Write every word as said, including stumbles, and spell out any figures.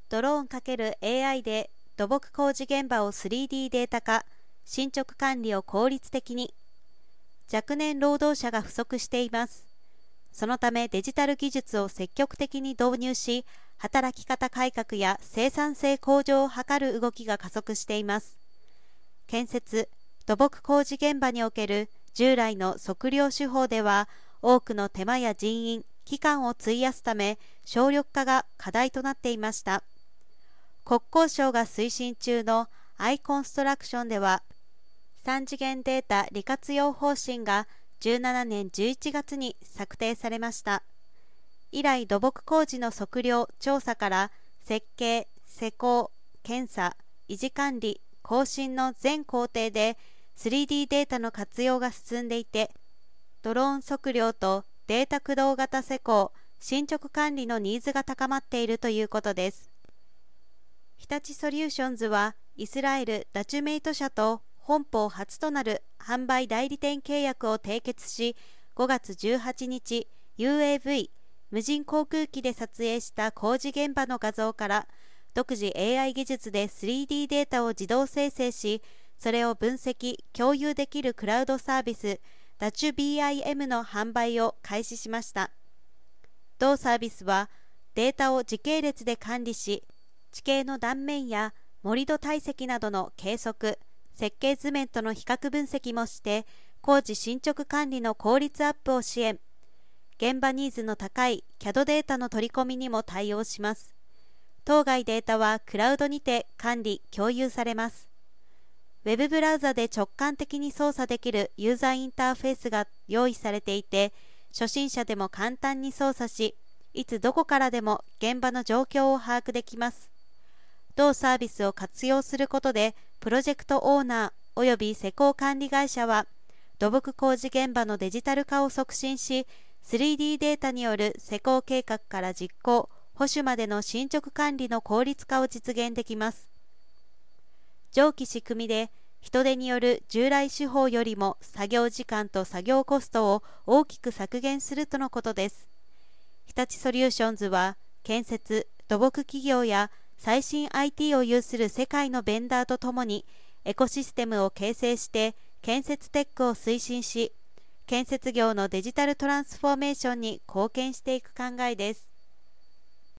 ドローン×エーアイ で土木工事現場を スリーディー データ化、進捗管理を効率的に。若年労働者が不足しています。そのためデジタル技術を積極的に導入し、働き方改革や生産性向上を図る動きが加速しています。建設・土木工事現場における従来の測量手法では、多くの手間や人員、期間を費やすため、省力化が課題となっていました。国交省が推進中のアイコンストラクションでは、さん次元データ利活用方針がじゅうななねんじゅういちがつに策定されました。以来、土木工事の測量・調査から設計・施工・検査・維持管理・更新の全工程で スリーディー データの活用が進んでいて、ドローン測量とデータ駆動型施工・進捗管理のニーズが高まっているということです。日立ソリューションズはイスラエル・ダチュメイト社と本邦初となる販売代理店契約を締結し、ごがつじゅうはちにち ユーエーブイ 無人航空機で撮影した工事現場の画像から独自 エーアイ 技術で スリーディー データを自動生成し、それを分析・共有できるクラウドサービスダチュ ビーアイエム の販売を開始しました。同サービスはデータを時系列で管理し、地形の断面や盛り土堆積などの計測、設計図面との比較分析もして、工事進捗管理の効率アップを支援。現場ニーズの高い キャド データの取り込みにも対応します。当該データはクラウドにて管理・共有されます。ウェブブラウザで直感的に操作できるユーザーインターフェースが用意されていて、初心者でも簡単に操作し、いつどこからでも現場の状況を把握できます。同サービスを活用することで、プロジェクトオーナー及び施工管理会社は、土木工事現場のデジタル化を促進し、スリーディー データによる施工計画から実行、保守までの進捗管理の効率化を実現できます。上記仕組みで、人手による従来手法よりも作業時間と作業コストを大きく削減するとのことです。日立ソリューションズは、建設・土木企業や最新 アイティー を有する世界のベンダーとともにエコシステムを形成して建設テックを推進し、建設業のデジタルトランスフォーメーションに貢献していく考えです。